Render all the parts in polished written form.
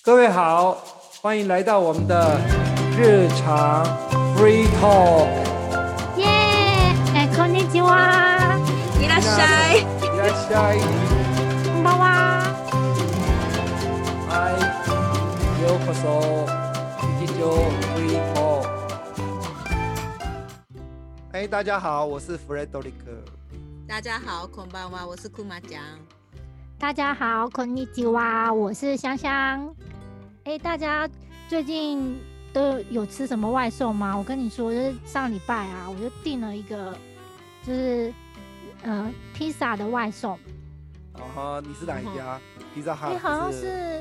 各位好，欢迎来到我们的日常 Free Talk。 耶，こんにちは。 いらっしゃい。 いらっしゃい。 こんばんは。 はい、ようこそ日常 Free Talk。大家好，我是 Frederick。 大家好，こんばんは，我是库马酱。 大家好，こんにちは，我是香香。大家最近都有吃什么外送吗？我跟你说，就是上礼拜啊，我就订了一个，就是披萨的外送。 你是哪一家？披萨哈？ 好像是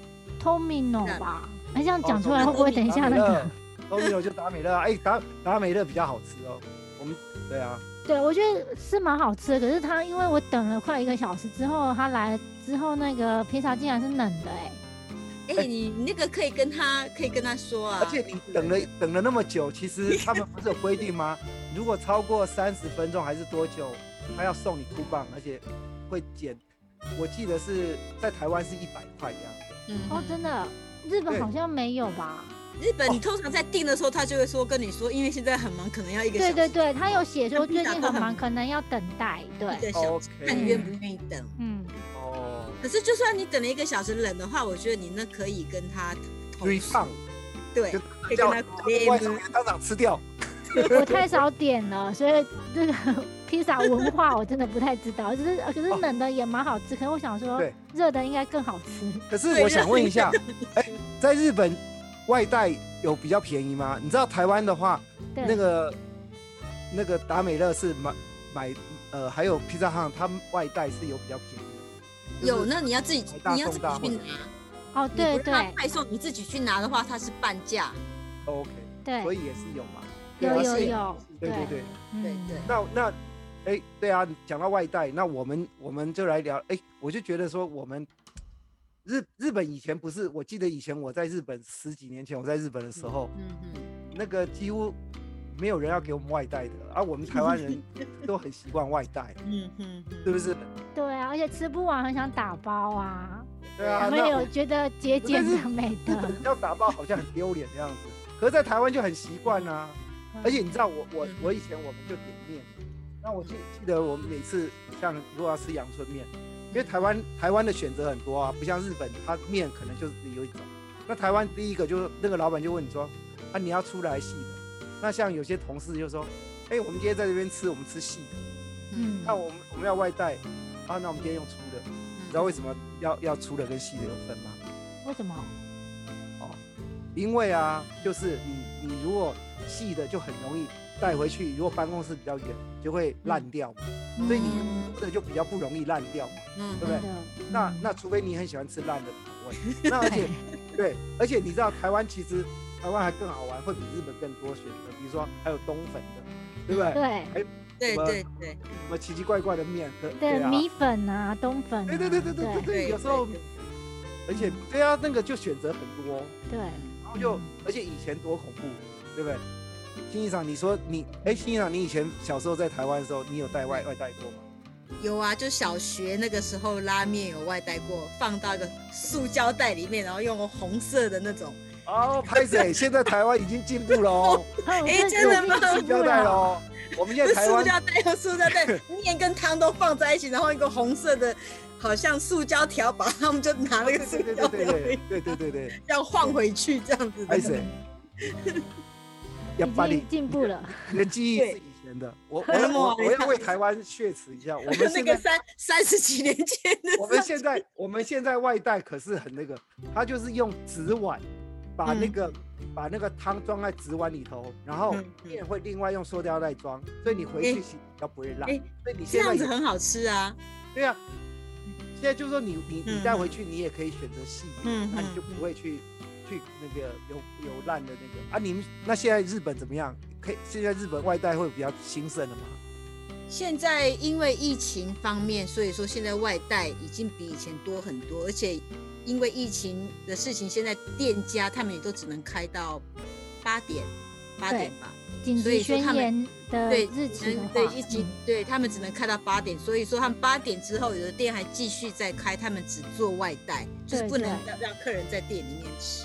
Tomino 吧？这样讲出来会不会等一下那个 ？Tomino 就达美乐，达美乐比较好吃哦。对啊。 对，我觉得是蛮好吃的，可是它因为我等了快1个小时之后，它来了之后，那个披萨竟然是冷的你那个可以跟他说啊。 而且你等了那么久，其实他们不是有规定吗？如果超过30分钟还是多久，他要送你酷棒，而且会减。我记得是在台湾是100块的样子。真的，日本好像没有吧？ 日本你通常在订的时候，他就会说跟你说，因为现在很忙，可能要1个小时。 对，他有写说最近很忙，可能要等待。对 ，1个小时，看你愿不愿意等。可是就算你等了1个小时冷的话，我觉得你那可以跟他追上。 对，可以跟他外送员当场吃掉。 我太少点了，所以这个披萨文化我真的不太知道。可是冷的也蛮好吃，可是我想说热的应该更好吃。 可是我想问一下，在日本外带有比较便宜吗？你知道台湾的话，那个达美乐是买还有披萨汉，他们外带是有比较便宜的。 有，那你要自己去拿。 对， 派送你自己去拿的话，它是半价。 OK， 对， 所以也是有嘛。 有， 对。 那对啊，讲到外带，那我们就来聊。我就觉得说我们日本以前不是，我记得以前我在日本10几年前我在日本的时候，那个几乎没有人要给我们外带的，我们台湾人都很习惯外带，是不是？ 对啊，而且吃不完很想打包啊。 对啊， 没有觉得节俭的美德。 要打包好像很丢脸的样子，可是在台湾就很习惯啊。而且你知道我以前我们就点面，那我记得我们每次像如果要吃阳春面，因为台湾的选择很多啊，不像日本，它面可能就是只有一种。那台湾第一个就是那个老板就问你说，你要粗的还是细的？那像有些同事就说，我们今天在这边吃，我们吃细的。那我们要外带，那我们今天用粗的。你知道为什么要粗的跟细的有分吗？ 为什么？ 因为啊，就是你如果细的就很容易带回去，如果办公室比较远就会烂掉嘛，所以你粗的就比较不容易烂掉嘛，对不对？那除非你很喜欢吃烂的口味，那而且你知道台湾还更好玩，会比日本更多选择，比如说还有冬粉的，对不对？ 对， 什么奇奇怪怪的面， 对，米粉啊，冬粉， 对，有时候，而且对啊，那个就选择很多， 对， 然后而且以前多恐怖，对不对？新一场，你说新一场，你以前小时候在台湾的时候，你有带外带过吗？ 有啊，就小学那个时候拉面有外带过，放到一个塑胶袋里面，然后用红色的那种。 拍谁？现在台湾已经进步了哦。 真的吗？ 塑胶袋了。我们现在台湾塑胶袋，面跟汤都放在一起，然后一个红色的，好像塑胶条把他们就拿那个塑胶条，对，这样晃回去这样子。 拍谁？ 已经进步了。 你的记忆是以前的，我要为台湾血耻一下。我们那个30几年前的。 我们现在外带可是很那个，他就是用纸碗把那个汤装在纸碗里头，然后面会另外用塑料袋装，所以你回去洗比较不会烂。所以你现在这样子很好吃啊。 对啊，现在就是说你带回去，你也可以选择细，那你就不会去那个有烂的那个你们那现在日本怎么样？现在日本外带会比较兴盛了吗？ 现在因为疫情方面，所以说现在外带已经比以前多很多，而且因为疫情的事情，现在店家他们也都只能开到8点吧。 紧急宣言的日期的话， 对他们只能开到8点，所以说他们8点之后有的店还继续在开，他们只做外带，就是不能让客人在店里面吃。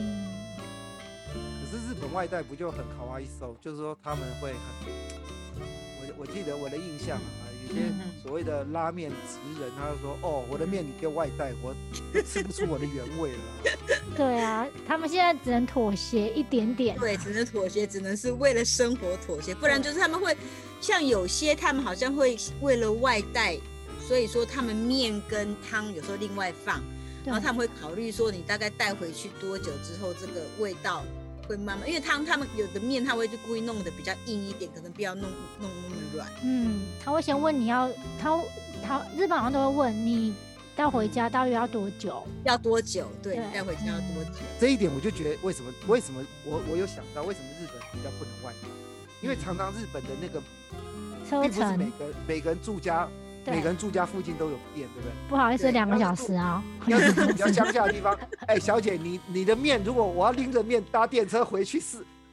可是日本外带不就很卡哇伊手，就是说他们会很，我记得我的印象有些所谓的拉面职人，他就说我的面你给我外带，我吃不出我的原味了。 对啊，他们现在只能妥协一点点。 对，只能妥协，只能是为了生活妥协，不然就是他们会像有些他们好像会为了外带，所以说他们面跟汤有时候另外放，然后他们会考虑说你大概带回去多久之后，这个味道会慢慢，因为他们有的面他会就故意弄得比较硬一点，可能不要弄那么软。 他会先问你要日本好像都会问你带回家大约要多久？ 要多久？对，带回家要多久？ 这一点我就觉得为什么我有想到为什么日本比较不能外带，因为常常日本的那个车程， 并不是每个人住家附近都有店，对不对？ 不好意思，2个小时啊。 要是住比较乡下的地方，小姐，你的面如果我要拎着面搭电车回去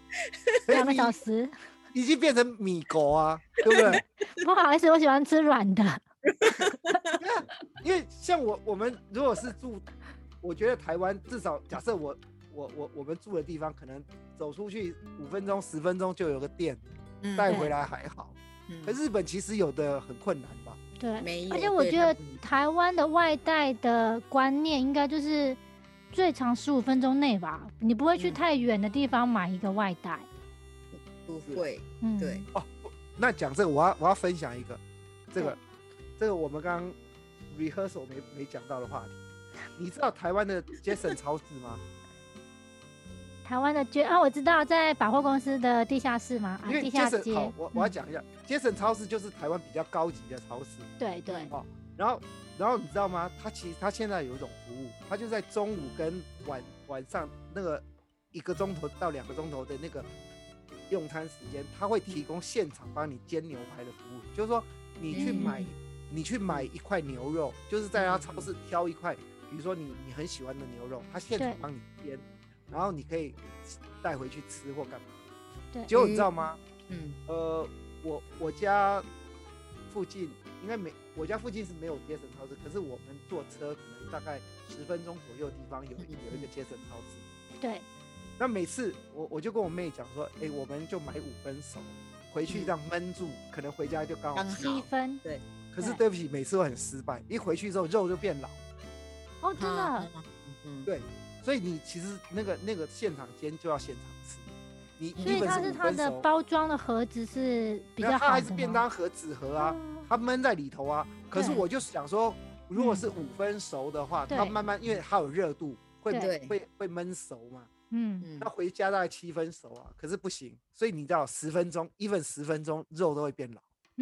2个小时， 已经变成米狗啊，对不对？ 不好意思，我喜欢吃软的。 因为像我们如果是住，我觉得台湾至少假设我们住的地方，可能走出去5分钟10分钟就有个店，带回来还好。可日本其实有的很困难吧？ 对， 没有。 而且我觉得台湾的外带的观念应该就是最长15分钟内吧，你不会去太远的地方买一个外带。 不会，对。 那讲这个，我要分享一个，这个我们刚刚 rehearsal 没讲到的话题。你知道台湾的 Jason 超市吗？ 台湾的我知道，在百货公司的地下室吗？ 因为地下 Jason 好，我要讲一下，Jason 超市就是台湾比较高级的超市。 对。 然后你知道吗？他现在有一种服务，他就在中午跟晚上那个1个钟头到2个钟头的那个用餐时间，他会提供现场帮你煎牛排的服务，就是说你去买一块牛肉，就是在他超市挑一块，比如说你很喜欢的牛肉，他现场帮你煎，然后你可以带回去吃或干嘛。 对。 结果你知道吗？我家附近我家附近是没有杰森超市，可是我们坐车可能大概10分钟左右的地方有一个杰森超市。 对。 那每次我就跟我妹讲说，我们就买5分熟，回去这样焖住，可能回家就刚好 7分。 对。 可是对不起，每次都很失败，一回去之后肉就变老。 真的。 对，所以你其实那个现场煎就要现场吃。 所以它的包装的盒子是比较好的吗？它还是便当盒纸盒啊，它焖在里头啊。可是我就想说，如果是5分熟的话，它慢慢因为它有热度，会焖熟嘛。那回家大概7分熟啊，可是不行，所以你知道10分钟，even 10分钟肉都会变老。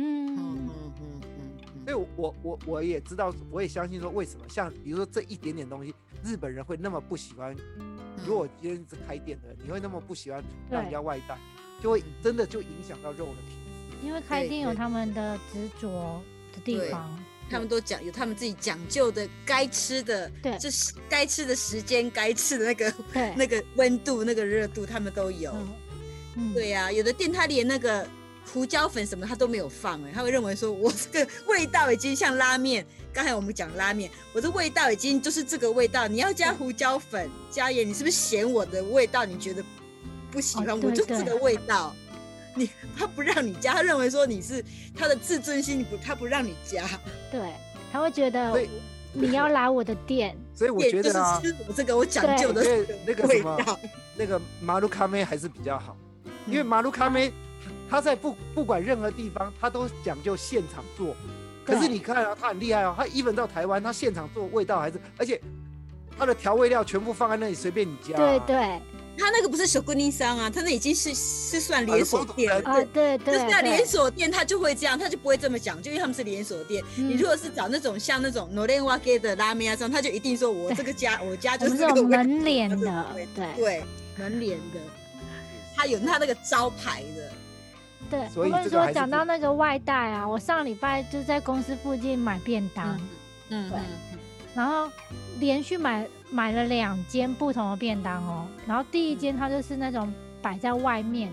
所以我也知道，我也相信说为什么，像比如说这一点点东西，日本人会那么不喜欢。如果今天是开店的，你会那么不喜欢让人家外带，就会真的就影响到肉的品质。 因为开店有他们的执着的地方， 他们都有他们自己讲究的该吃的，就是该吃的时间，该吃的那个温度、那个热度，他们都有。对呀，有的店他连那个胡椒粉什么他都没有放，他会认为说我这个味道已经像拉面。刚才我们讲拉面，我的味道已经就是这个味道，你要加胡椒粉加盐，你是不是嫌我的味道你觉得不喜欢？我就这个味道，他不让你加，他认为说你是他的自尊心，他不让你加。 对，他会觉得你要来我的店， 所以我觉得就是吃我这个我讲究的那个味道，那个马路咖啡还是比较好，因为马路咖啡他在不管任何地方，他都讲究现场做。可是你看啊，他很厉害哦，他even到台湾，他现场做味道还是，而且他的调味料全部放在那里，随便你加。 对， 他那个不是手工艺商啊，他那已经是算连锁店啊，对， 就是那连锁店他就会这样，他就不会这么讲究，因为他们是连锁店。你如果是找那种像那种 Norenwake 的拉面啊，他就一定说我这个家我家就是这个门脸的， 对，门脸的，他有他那个招牌的。 对，我跟你说，讲到那个外带啊，我上礼拜就在公司附近买便当，对，然后连续买了2间不同的便当哦，然后第一间它就是那种摆在外面的，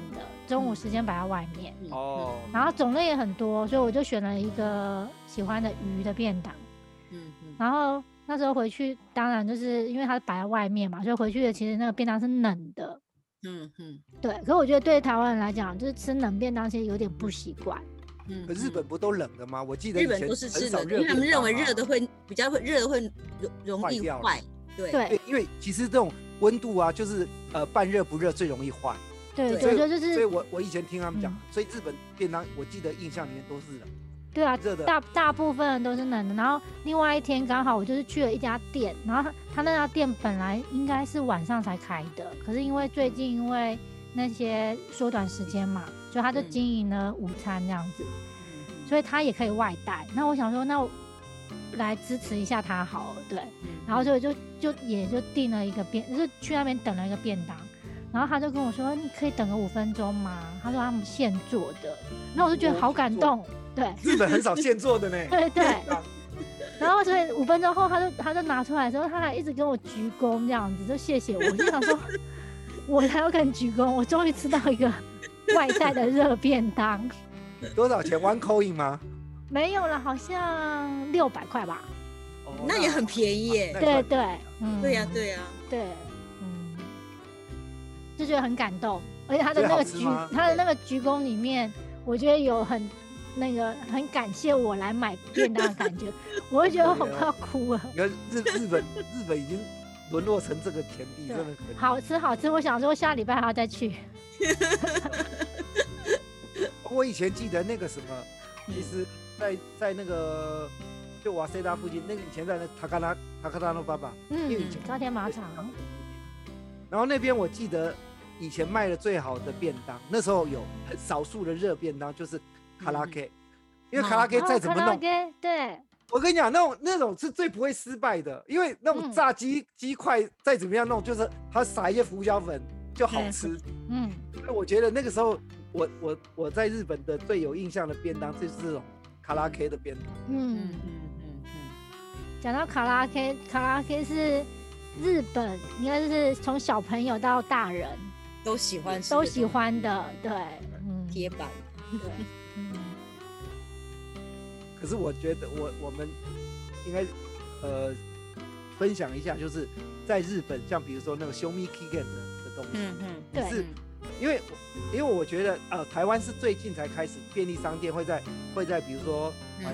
中午时间摆在外面。 哦。 然后种类也很多，所以我就选了一个喜欢的鱼的便当。然后那时候回去，当然就是因为它摆在外面嘛，所以回去的其实那个便当是冷的。对。可是我觉得对台湾人来讲，就是吃冷便当其实有点不习惯。 可日本不都冷的吗？我记得日本都是吃冷的，因为他们认为热的会比较热的会容易坏。 对，因为其实这种温度啊，就是半热不热最容易坏。 对，就是。 所以我以前听他们讲，所以日本便当我记得印象里面都是冷。 对啊， 热的大部分都是冷的。然后另外一天刚好我就是去了一家店，然后他那家店本来应该是晚上才开的，可是因为最近因为那些缩短时间嘛，所以他就经营了午餐这样子，所以他也可以外带。那我想说，那我来支持一下他好了，对。然后就订了一个就是去那边等了一个便当。然后他就跟我说：“你可以等个5分钟吗？”他说他们现做的，那我就觉得好感动。对， 日本很少现做的呢。 对。然后所以5分钟后，他就拿出来的时候，他还一直跟我鞠躬这样子，就谢谢我。我就想说，我才要跟你鞠躬，我终于吃到一个外带的热便当。 多少钱？1 coin 吗？ 没有了，好像600块吧。 那也很便宜耶。 对。 对呀。 对。就觉得很感动，而且他的那个鞠躬里面，我觉得有很感谢我来买便当的感觉，我会觉得我快要哭了。 你看日本已经沦落成这个田地，真的可以。 好吃，我想说下礼拜还要再去。 我以前记得那个什么，其实在那个就瓦塞达附近，那个以前在那塔卡拉诺爸爸， 高田马场。 然后那边我记得以前卖的最好的便当，那时候有很少数的热便当，就是卡拉 K，因为卡拉 K 再怎么弄， 对， 我跟你讲，那种是最不会失败的，因为那种炸鸡块再怎么样弄，就是它撒一些胡椒粉就好吃。所以我觉得那个时候我在日本的最有印象的便当就是这种卡拉 K 的便当。 讲到卡拉 K 是日本应该就是从小朋友到大人都喜欢的，对， 铁板， 对， 可是我觉得我们应该分享一下，就是在日本，像比如说那个 Show Me Kigen 的东西， 对， 是因为我觉得台湾是最近才开始便利商店会在比如说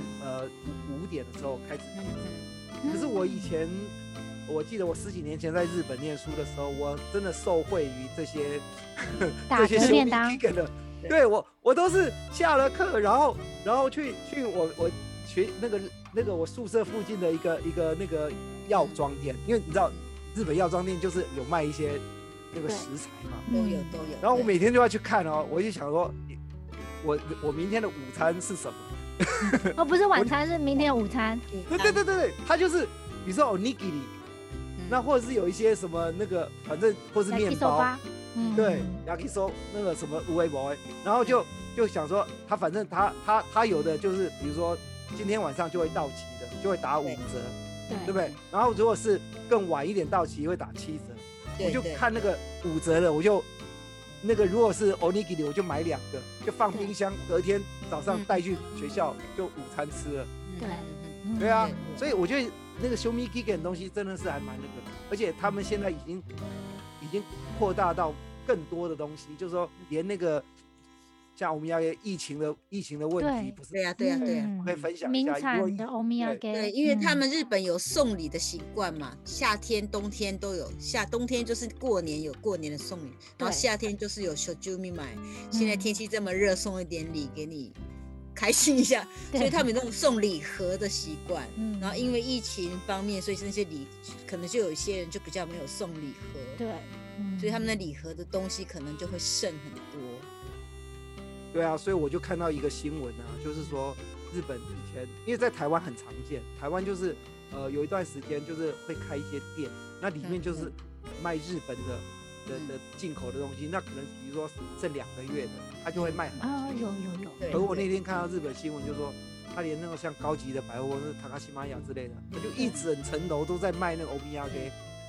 5点的时候开始打折，可是我以前。我记得我10几年前在日本念书的时候，我真的受惠于这些便当的，对我都是下了课，然后去我学那个我宿舍附近的一个那个药妆店，因为你知道日本药妆店就是有卖一些那个食材嘛， 都有。 然后我每天就要去看哦，我就想说，我明天的午餐是什么？ 不是晚餐，是明天的午餐。 对，它就是比如说 onigiri。那或者是有一些什么那个，反正或是面包，对，yakisoba那个什么无为博，然后就想说，他反正他有的就是，比如说今天晚上就会到期的，就会打5折，对不对？然后如果是更晚一点到期，会打7折。我就看那个5折的，我就那个如果是 onigiri， 我就买2个，就放冰箱，隔天早上带去学校就午餐吃了。对啊，所以我觉得。那个 Show Me Kigen 的东西真的是还蛮那个，而且他们现在已经扩大到更多的东西，就是说连那个像我们要疫情的问题，不是？ 对呀， 可以分享一下。 名产的欧米亚给， 对，因为他们日本有送礼的习惯嘛，夏天、冬天都有。冬天就是过年有过年的送礼，然后夏天就是有 Shojumi 买。现在天气这么热，送一点礼给你。开心一下，所以他们有那种送礼盒的习惯，然后因为疫情方面，所以那些礼可能就有一些人就比较没有送礼盒， 对， 所以他们的礼盒的东西可能就会剩很多。 对啊，所以我就看到一个新闻啊，就是说日本以前因为在台湾很常见，台湾就是有一段时间就是会开一些店，那里面就是卖日本的进口的东西，那可能比如说剩2个月的，他就会卖很便宜。 有。 而我那天看到日本新闻，就说他连那种像高级的百货，是塔卡西玛雅之类的，他就一整层楼都在卖那个欧米亚给，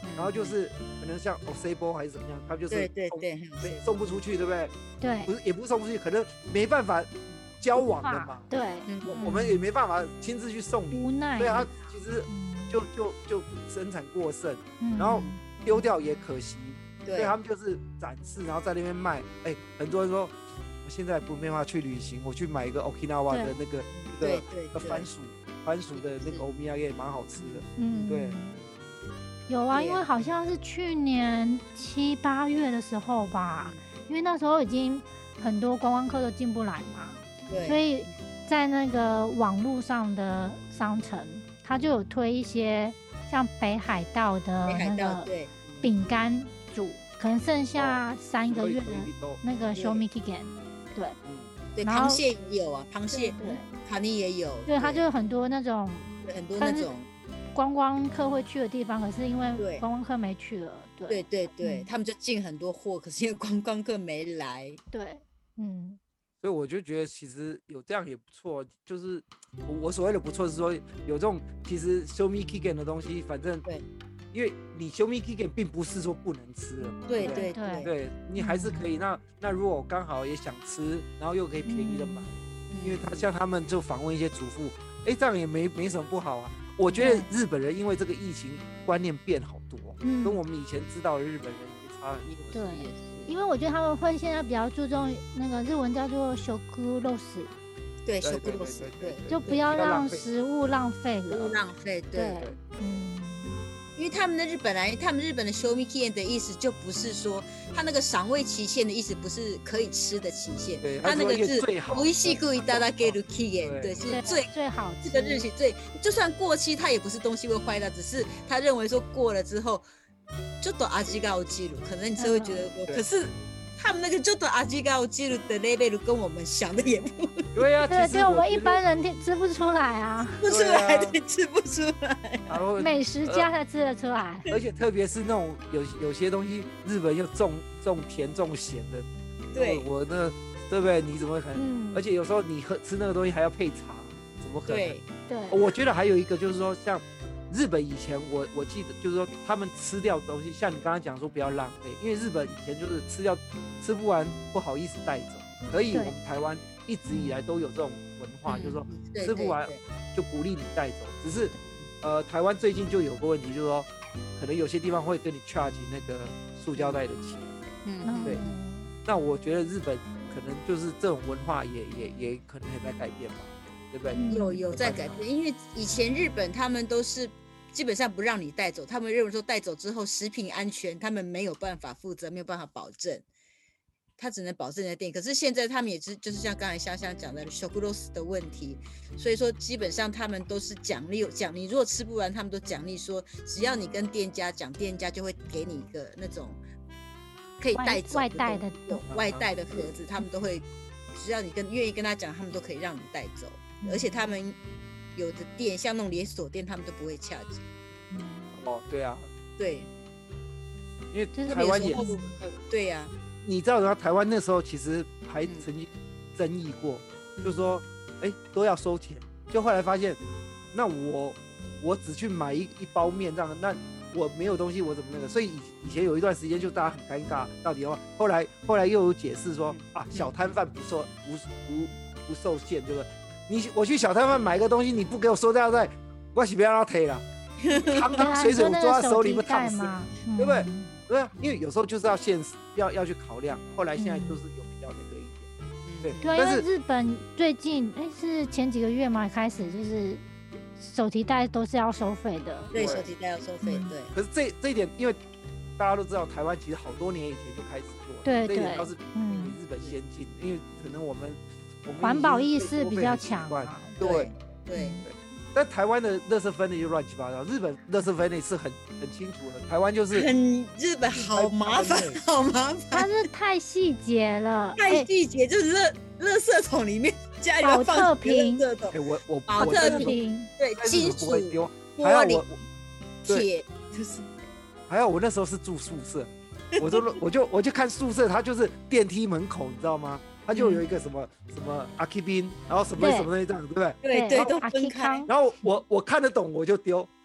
然后就是可能像 Osebo 还是怎么样，他就是对送不出去，对不对？ 对， 也不是送不出去，可能没办法交往的嘛。 对， 我们也没办法亲自去送礼， 无奈。 对啊，其实就生产过剩，然后丢掉也可惜，所以他们就是展示，然后在那边卖。很多人说我现在没办法去旅行，我去买一个 Okinawa 的那个番薯的那个欧米亚也蛮好吃的。对。 有啊，因为好像是去年7、8月的时候吧，因为那时候已经很多观光客都进不来嘛，所以在那个网络上的商城，它就有推一些像北海道的那个饼干组，可能剩下3个月的那个 Show Me Kigen， 对，螃蟹也有啊，螃蟹卡尼也有， 对，它就有很多那种观光客会去的地方，可是因为观光客没去了， 对，他们就进很多货，可是因为观光客没来， 对， 所以我就觉得其实有这样也不错，就是我所谓的不错是说有这种其实 Show Me Kigen 的东西，反正因为你 Show Me Kigen 并不是说不能吃了，对，你还是可以。那如果我刚好也想吃，然后又可以便宜的买，因为像他们就访问一些主妇，这样也没什么不好啊。我觉得日本人因为这个疫情观念变好多，跟我们以前知道的日本人也差很多。 对，因为我觉得他们会现在比较注重那个日文叫做食ロス， 对，食ロス，对， 就不要让食物浪费了， 对，因为他们日本的 Show Me Kigen 的意思就不是说他那个赏味期限的意思不是可以吃的期限，他那个是美味しくいただける期限，对，是最好吃这个日期就算过期，它也不是东西会坏掉，只是他认为说过了之后，ちょっと味が落ちる，可能你就会觉得，可是他们那个ちょっと味が落ちる的 level 跟我们想的也不对啊， 对，我们一般人吃不出来啊， 吃不出来， 美食家才吃得出来。 而且特别是那种有些东西，日本又重甜重咸的， 对， 我那对不对？你怎么可能？而且有时候你吃那个东西还要配茶，怎么可能？ 对， 我觉得还有一个就是说，像日本以前我记得就是说，他们吃掉的东西，像你刚刚讲说不要浪费，因为日本以前就是吃不完不好意思带走，所以我们台湾一直以来都有这种文化，就是说吃不完就鼓励你带走。只是台湾最近就有个问题，就是说可能有些地方会跟你 charge 那个塑胶袋的钱，对。那我觉得日本可能就是这种文化也可能也在改变吧，对不对？ 有在改变，因为以前日本他们都是基本上不让你带走，他们认为说带走之后食品安全他们没有办法负责，没有办法保证，他只能保证你的店。可是现在他们也是就是像刚才香香讲的食ロス的问题，所以说基本上他们都是奖励，你如果吃不完，他们都奖励说，只要你跟店家讲，店家就会给你一个那种可以带走外带的盒子，他们都会，只要你愿意跟他讲，他们都可以让你带走，而且他们有的店像那种连锁店，他们都不会charge。 对啊， 对， 因为台湾也对呀。 你知道台湾那时候其实还曾经争议过，就是说，都要收钱，就后来发现，那我只去买一包面这样，那我没有东西我怎么那个？所以以前有一段时间就大家很尴尬，到底要后来又有解释说小摊贩不受限，对不对？我去小摊贩买个东西，你不给我收掉袋，我是不要让他推了，汤水我抓在手里不烫死，对不对？对啊，因为有时候就是要现实，要去考量。后来现在就是有比较那个一点， 对。因为日本最近是前几个月嘛开始就是手提袋都是要收费的， 对，手提袋要收费，对。 可是这一点，因为大家都知道台湾其实好多年以前就开始做， 对， 这一点倒是比日本先进，因为可能我们环保意识比较强， 对。但台湾的垃圾分类就乱七八糟，日本垃圾分类是很清楚的，台湾就是日本好麻烦，好麻烦， 它是太细节了， 太细节，就是垃圾桶里面家里要放保特瓶， 我保特瓶， 对，金属、 玻璃、 铁，就是。 还好我那时候是住宿舍，我就看宿舍，它就是电梯门口，你知道吗？它就有一个什么阿 K 宾，然后什么东西这样，对不对？ 对，都分开。 然后我看得懂我就丢，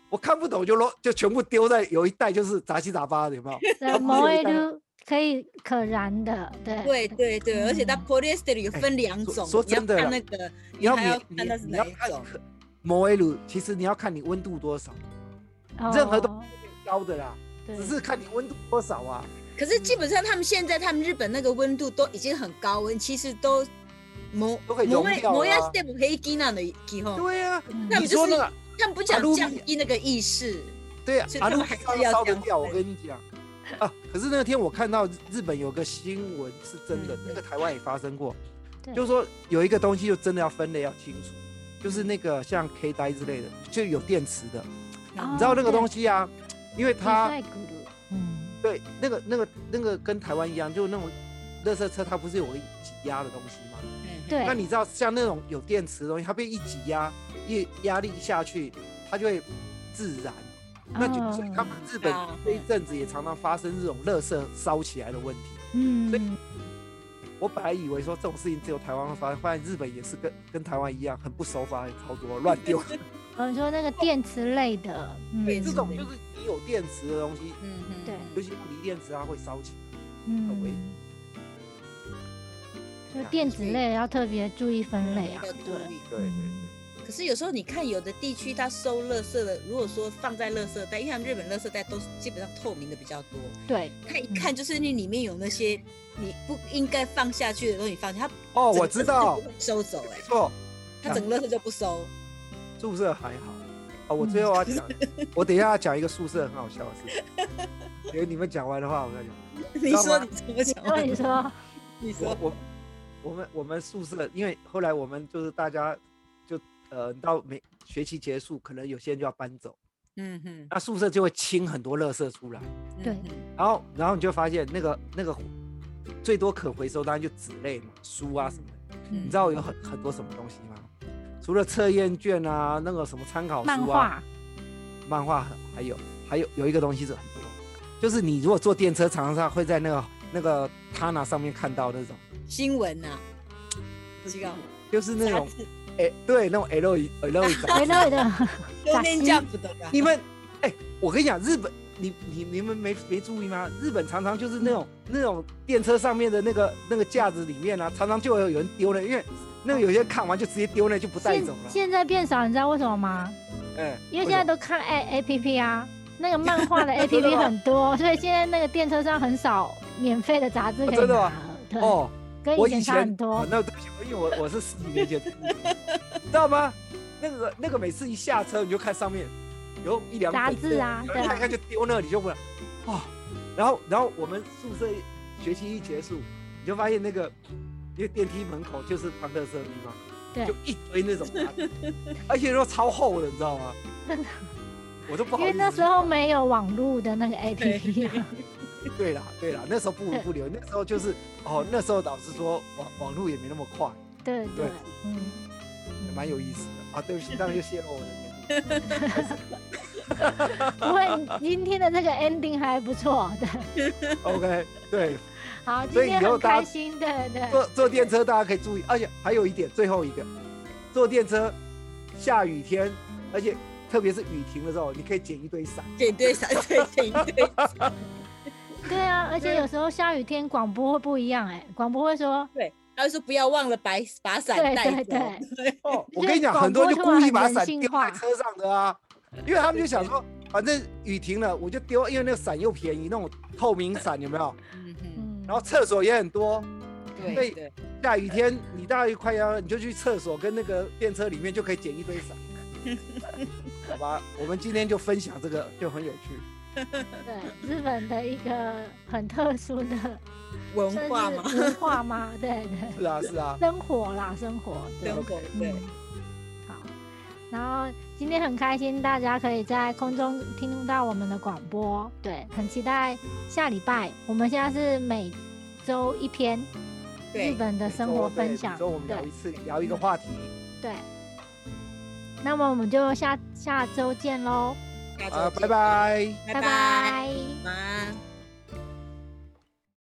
我看不懂就全部丢在有一袋就是杂七杂八的，有没有？ 毛 A 都可以可燃的， 对对对，而且它 polyester 有分2种， 说真的， 你要看那个，你还要看它是哪一种。 毛 A 其实你要看你温度多少，任何都是高的啦，只是看你温度多少啊。 可是基本上他们现在日本那个温度都已经很高温，其实都可以溶掉啊。 磨压是不可以给那的气候。 对啊， 你说那个，他们不讲降低那个意识。 对啊，他们还是要烧得掉。我跟你讲啊，可是那天我看到日本有个新闻是真的，那个台湾也发生过，就是说有一个东西就真的要分类要清楚，就是那个像 K 呆之类的，就有电池的，你知道那个东西啊，因为它。对，那个跟台湾一样，就那种垃圾车，它不是有个挤压的东西吗？ 对。 那你知道，像那种有电池的东西，它被一挤压，压力下去，它就会自燃。那就所以他们日本这一阵子也常常发生这种垃圾烧起来的问题。所以我本来以为说这种事情只有台湾会发生，发现日本也是跟台湾一样，很不守法，也超多乱丢。 你说那个电池类的， 对，这种就是你有电池的东西， 对， 尤其锂电池它会烧起来，很危险。 就电子类要特别注意分类啊， 对。 可是有时候你看有的地区它收垃圾的，如果说放在垃圾袋，因为他们日本垃圾袋都是基本上透明的比较多， 对， 它一看就是那里面有那些你不应该放下去的东西放下，它我知道收走， 没错， 它整个垃圾就不收。 宿舍还好，我最后要讲，我等一下要讲一个宿舍很好笑的事情。因为你们讲完的话，我再讲。 你说你怎么讲？ 你说。 我们宿舍，因为后来我们就是大家就到学期结束，可能有些人就要搬走，那宿舍就会清很多垃圾出来， 对， 然后你就发现那个最多可回收当然就纸类嘛，书啊什么的，你知道有很多什么东西吗？除了测验卷啊，那个什么参考书啊，漫画还有一个东西是很多，就是你如果坐电车，常常会在那个 Tana 上面看到那种新闻啊， 就是那种对，那种 L 的， 你们我跟你讲，日本你们没注意吗？日本常常就是那种电车上面的那个架子里面啊，常常就会有人丢了，因为那个有些人看完就直接丢了，就不带走了。 现在变少，你知道为什么吗？因为现在都看 APP 啊，那个漫画的 APP 很多，所以现在那个电车上很少免费的杂志可以拿。真的吗？ 哦， 跟以前差很多。 那对不起，因为我是10几年前，知道吗？那个每次一下车，你就看上面有1-2本杂志啊， 有人看一看就丢那里就不了。然后我们宿舍学期一结束，你就发现那个因为电梯门口就是放垃圾的地方。 对， 就一堆那种杂志，而且都超厚的，你知道吗？我都不好意思。 因为那时候没有网络的那个 APP。 对啦，那时候不流，那时候就是那时候老实说网络也没那么快。 对， 也蛮有意思的啊。对不起，当然就泄露我的年纪。不会，今天的这个 ending 还不错的。 OK， 对。 好，今天很开心，对。 坐电车大家可以注意，而且还有一点，最后一个，坐电车下雨天，而且特别是雨停的时候，你可以捡一堆伞， 对，捡一堆伞。 对啊，而且有时候下雨天广播会不一样，广播会说， 对，他会说不要忘了把伞带走。 对。 我跟你讲，很多人就故意把伞丢在车上的啊，因为他们就想说，反正雨停了我就丢，因为那个伞又便宜，那种透明伞有没有？然后厕所也很多，所以下雨天你大概快要，你就去厕所跟那个电车里面就可以捡一堆伞，好吧？我们今天就分享这个，就很有趣。 对，日本的一个很特殊的文化吗？对。 是啊。 生活，对。好，然后今天很开心，大家可以在空中听到我们的广播，对，很期待下礼拜。我们现在是每周1篇日本的生活分享， 每周我们聊一个话题， 对。那么我们就下周见喽， 拜拜。 拜拜。